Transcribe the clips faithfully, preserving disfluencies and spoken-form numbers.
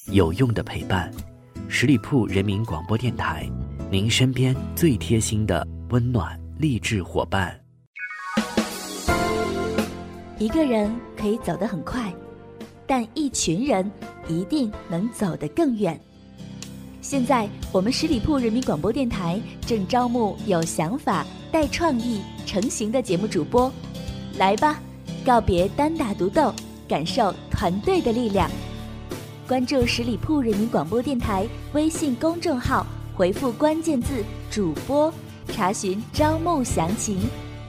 有用的陪伴。十里铺人民广播电台，您身边最贴心的温暖励志伙伴。 一个人可以走得很快，但一群人一定能走得更远。现在我们十里铺人民广播电台正招募有想法、带创意、成型的节目主播，来吧，告别单打独斗，感受团队的力量。关注十里铺人民广播电台微信公众号，回复关键字主播，查询招募详情。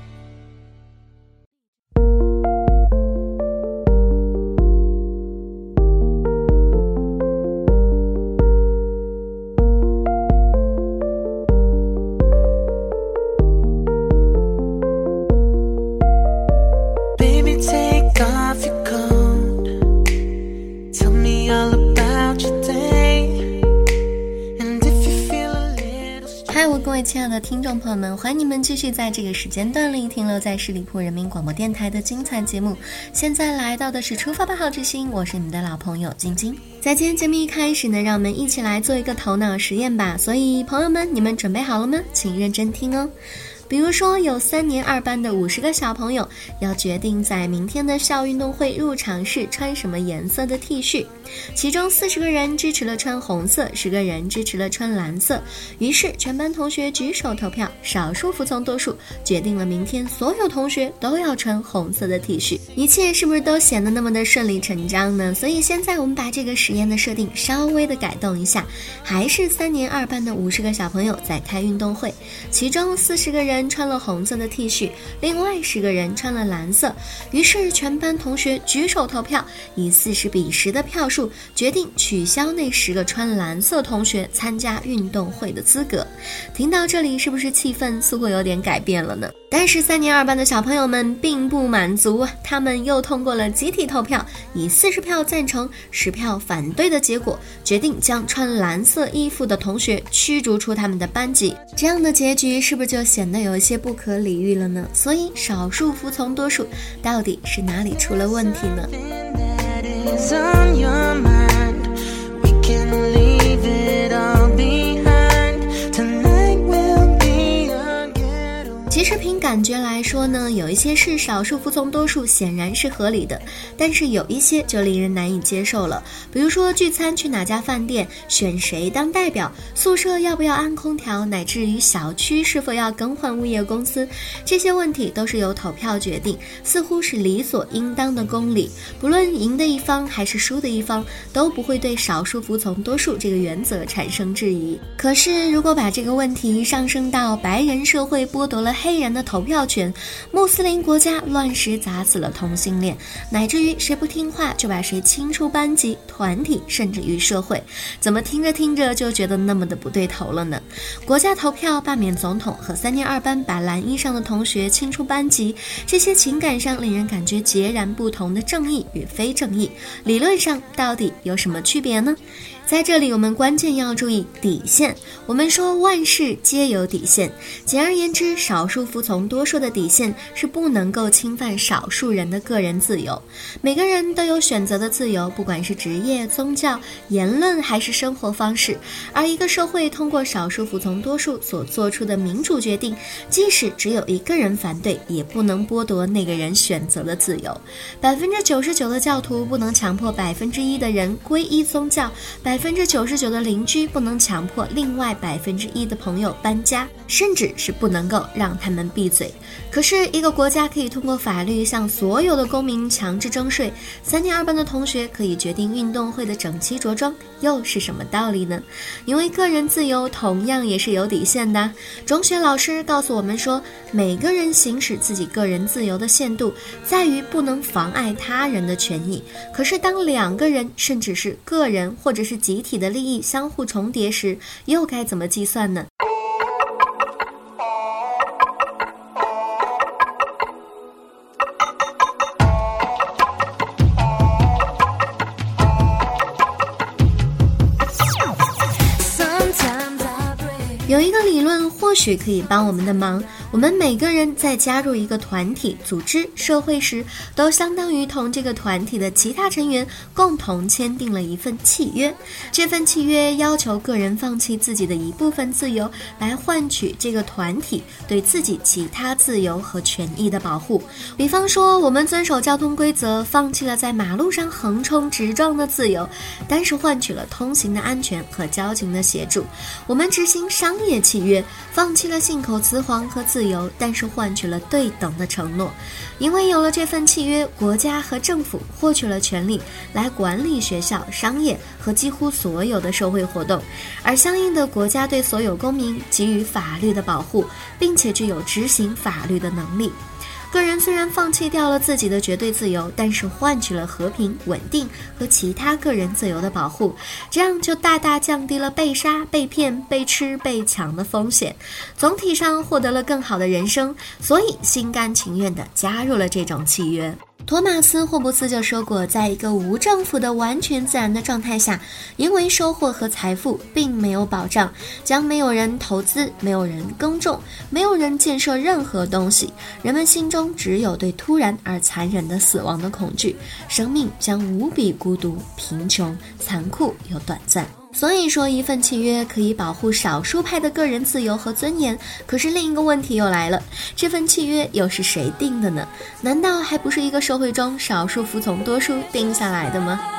各位亲爱的听众朋友们，欢迎你们继续在这个时间段里停留在十里铺人民广播电台的精彩节目。现在来到的是出发吧好之星，我是你们的老朋友晶晶。在今天节目一开始呢，让我们一起来做一个头脑实验吧。所以朋友们，你们准备好了吗？请认真听哦。比如说有三年二班的五十个小朋友要决定在明天的校运动会入场式穿什么颜色的 T 恤，其中四十个人支持了穿红色，十个人支持了穿蓝色。于是全班同学举手投票，少数服从多数，决定了明天所有同学都要穿红色的 T 恤。一切是不是都显得那么的顺理成章呢？所以现在我们把这个实验的设定稍微的改动一下，还是三年二班的五十个小朋友在开运动会，其中四十个人穿了红色的 T 恤，另外十个人穿了蓝色。于是全班同学举手投票，以四十比十的票数决定取消那十个穿蓝色同学参加运动会的资格。听到这里，是不是气氛似乎有点改变了呢？但是三年二班的小朋友们并不满足，他们又通过了集体投票，以四十票赞成十票反对的结果，决定将穿蓝色衣服的同学驱逐出他们的班级。这样的结局是不是就显得有一些不可理喻了呢？所以少数服从多数，到底是哪里出了问题呢？其实凭感觉来说呢，有一些是少数服从多数显然是合理的，但是有一些就令人难以接受了。比如说聚餐去哪家饭店，选谁当代表，宿舍要不要安空调，乃至于小区是否要更换物业公司，这些问题都是由投票决定，似乎是理所应当的公理。不论赢的一方还是输的一方，都不会对少数服从多数这个原则产生质疑。可是如果把这个问题上升到白人社会剥夺了黑人的投票权，穆斯林国家乱石砸死了同性恋，乃至于谁不听话就把谁清出班级、团体，甚至于社会，怎么听着听着就觉得那么的不对头了呢？国家投票罢免总统和三年二班把蓝衣上的同学清出班级，这些情感上令人感觉截然不同的正义与非正义，理论上到底有什么区别呢？在这里我们关键要注意底线。我们说万事皆有底线，简而言之，少数服从多数的底线是不能够侵犯少数人的个人自由。每个人都有选择的自由，不管是职业、宗教、言论还是生活方式。而一个社会通过少数服从多数所做出的民主决定，即使只有一个人反对，也不能剥夺那个人选择的自由。百分之九十九的教徒不能强迫百分之一的人皈依宗教，百分之九十九的邻居不能强迫另外百分之一的朋友搬家，甚至是不能够让他们闭嘴。可是一个国家可以通过法律向所有的公民强制征税，三年二班的同学可以决定运动会的整齐着装，又是什么道理呢？因为个人自由同样也是有底线的。中学老师告诉我们说，每个人行使自己个人自由的限度在于不能妨碍他人的权益。可是当两个人甚至是个人或者是集体的利益相互重叠时，又该怎么计算呢？有一个理论或或许可以帮我们的忙。我们每个人在加入一个团体、组织、社会时，都相当于同这个团体的其他成员共同签订了一份契约。这份契约要求个人放弃自己的一部分自由，来换取这个团体对自己其他自由和权益的保护。比方说，我们遵守交通规则，放弃了在马路上横冲直撞的自由，但是换取了通行的安全和交警的协助。我们执行商业契约，放弃了信口雌黄和自由，但是换取了对等的承诺。因为有了这份契约，国家和政府获取了权利来管理学校、商业和几乎所有的社会活动，而相应的国家对所有公民给予法律的保护，并且具有执行法律的能力。个人虽然放弃掉了自己的绝对自由，但是换取了和平、稳定和其他个人自由的保护，这样就大大降低了被杀、被骗、被吃、被抢的风险，总体上获得了更好的人生，所以心甘情愿地加入了这种契约。托马斯·霍布斯就说过，在一个无政府的完全自然的状态下，因为收获和财富并没有保障，将没有人投资，没有人耕种，没有人建设任何东西，人们心中只有对突然而残忍的死亡的恐惧，生命将无比孤独、贫穷、残酷又短暂。所以说，一份契约可以保护少数派的个人自由和尊严，可是另一个问题又来了，这份契约又是谁定的呢？难道还不是一个社会中少数服从多数定下来的吗？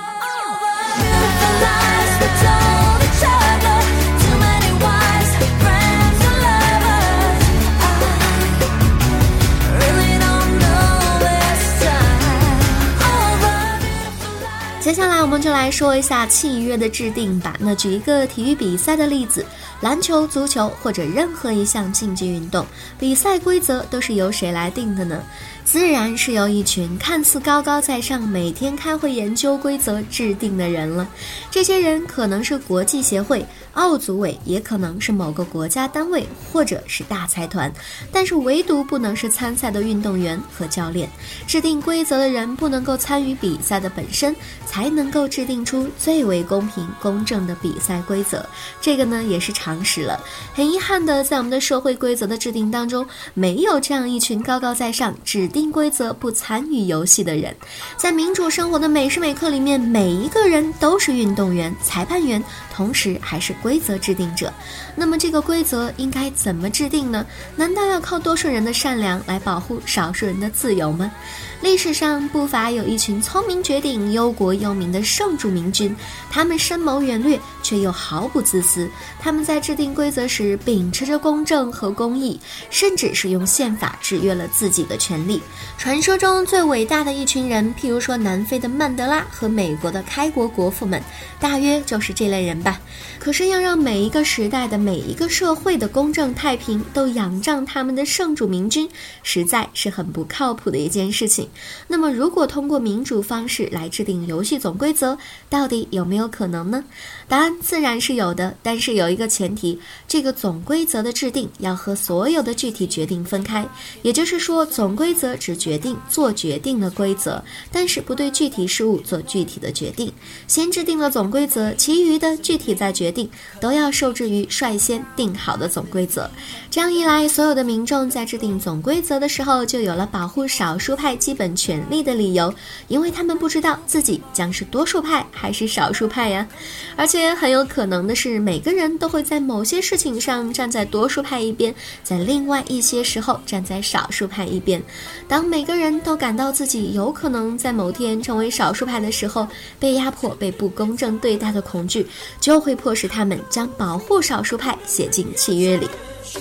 接下来我们就来说一下契约的制定吧。那举一个体育比赛的例子，篮球、足球或者任何一项竞技运动，比赛规则都是由谁来定的呢？自然是由一群看似高高在上，每天开会研究规则制定的人了。这些人可能是国际协会、奥组委，也可能是某个国家单位或者是大财团，但是唯独不能是参赛的运动员和教练。制定规则的人不能够参与比赛的本身，才能够制定出最为公平公正的比赛规则。这个呢也是常识了。很遗憾的，在我们的社会规则的制定当中，没有这样一群高高在上指定规则不参与游戏的人。在民主生活的每时每刻里面，每一个人都是运动员、裁判员，同时还是规则制定者。那么这个规则应该怎么制定呢？难道要靠多数人的善良来保护少数人的自由吗？历史上不乏有一群聪明绝顶、忧国忧民的圣主明君，他们深谋远虑，却又毫不自私。他们在制定规则时秉持着公正和公义，甚至是用宪法制约了自己的权利。传说中最伟大的一群人，譬如说南非的曼德拉和美国的开国国父们，大约就是这类人吧。可是要让每一个时代的每一个社会的公正太平都仰仗他们的圣主明君，实在是很不靠谱的一件事情。那么如果通过民主方式来制定游戏总规则，到底有没有可能呢？答案自然是有的，但是有一个前提，这个总规则的制定要和所有的具体决定分开。也就是说，总规则只决定做决定的规则，但是不对具体事物做具体的决定。先制定了总规则，其余的具体再决定，都要受制于率先定好的总规则。这样一来，所有的民众在制定总规则的时候，就有了保护少数派基本权利的理由，因为他们不知道自己将是多数派还是少数派呀。而且很有可能的是，每个人都会在某些事情上站在多数派一边，在另外一些时候站在少数派一边。当每个人都感到自己有可能在某天成为少数派的时候，被压迫、被不公正对待的恐惧就会迫使他们将保护少数派写进契约里。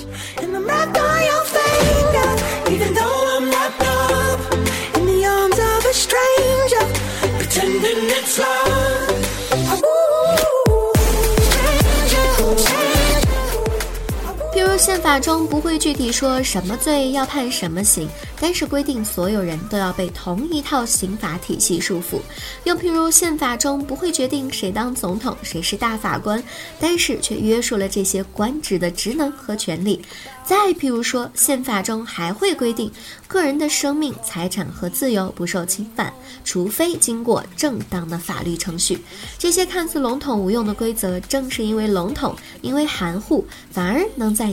譬如宪法中不会具体说什么罪要判什么刑，但是规定所有人都要被同一套刑法体系束缚。又譬如宪法中不会决定谁当总统谁是大法官，但是却约束了这些官职的职能和权利。再譬如说，宪法中还会规定个人的生命、财产和自由不受侵犯，除非经过正当的法律程序。这些看似笼统无用的规则，正是因为笼统，因为含糊，反而能在一代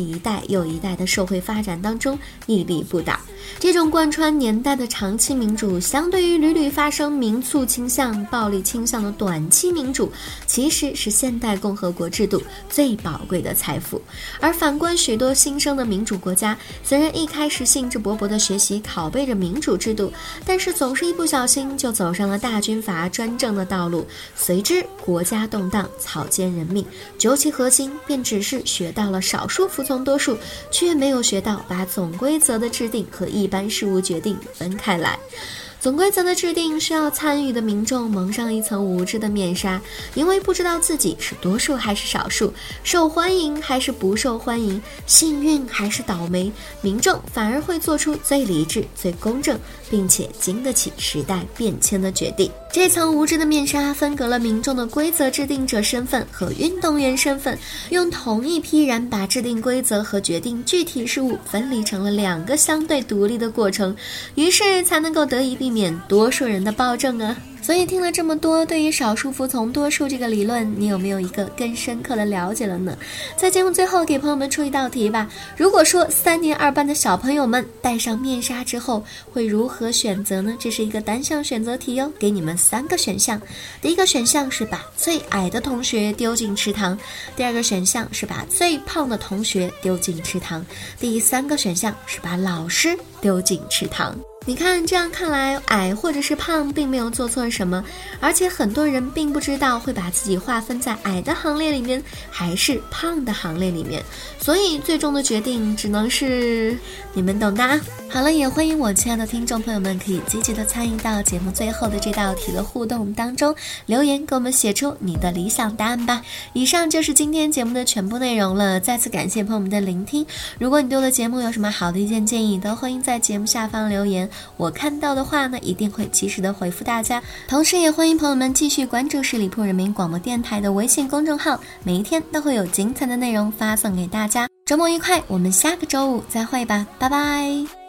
又一代的社会发展当中屹立不倒。这种贯穿年代的长期民主，相对于屡屡发生民促倾向、暴力倾向的短期民主，其实是现代共和国制度最宝贵的财富。而反观许多新生的民主国家，虽然一开始兴致勃勃地学习拷贝着民主制度，但是总是一不小心就走上了大军阀专政的道路，随之国家动荡，草菅人命，究其核心便只是学到了少数服从多数，却没有学到把总规则的制定和一般事务决定分开来。总规则的制定需要参与的民众蒙上一层无知的面纱，因为不知道自己是多数还是少数，受欢迎还是不受欢迎，幸运还是倒霉，民众反而会做出最理智、最公正，并且经得起时代变迁的决定。这层无知的面纱分隔了民众的规则制定者身份和运动员身份，用同一批人把制定规则和决定具体事务分离成了两个相对独立的过程，于是才能够得以避免多数人的暴政啊。所以听了这么多，对于少数服从多数这个理论，你有没有一个更深刻的了解了呢？在节目最后给朋友们出一道题吧。如果说三年二班的小朋友们戴上面纱之后会如何选择呢？这是一个单项选择题哟，给你们三个选项。第一个选项是把最矮的同学丢进池塘，第二个选项是把最胖的同学丢进池塘，第三个选项是把老师丢进池塘。你看，这样看来，矮或者是胖并没有做错什么，而且很多人并不知道会把自己划分在矮的行列里面，还是胖的行列里面，所以最终的决定只能是你们懂的。好了，也欢迎我亲爱的听众朋友们可以积极的参与到节目最后的这道题的互动当中，留言给我们写出你的理想答案吧。以上就是今天节目的全部内容了，再次感谢朋友们的聆听。如果你对我的节目有什么好的意见建议，都欢迎在节目下方留言，我看到的话呢，一定会及时的回复大家。同时也欢迎朋友们继续关注十里铺人民广播电台的微信公众号，每一天都会有精彩的内容发送给大家。周末愉快，我们下个周五再会吧，拜拜。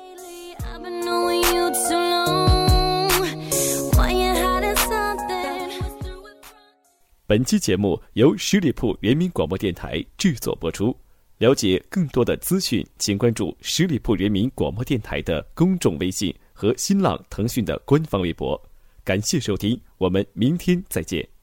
本期节目由十里铺人民广播电台制作播出。了解更多的资讯，请关注十里铺人民广播电台的公众微信和新浪、腾讯的官方微博。感谢收听，我们明天再见。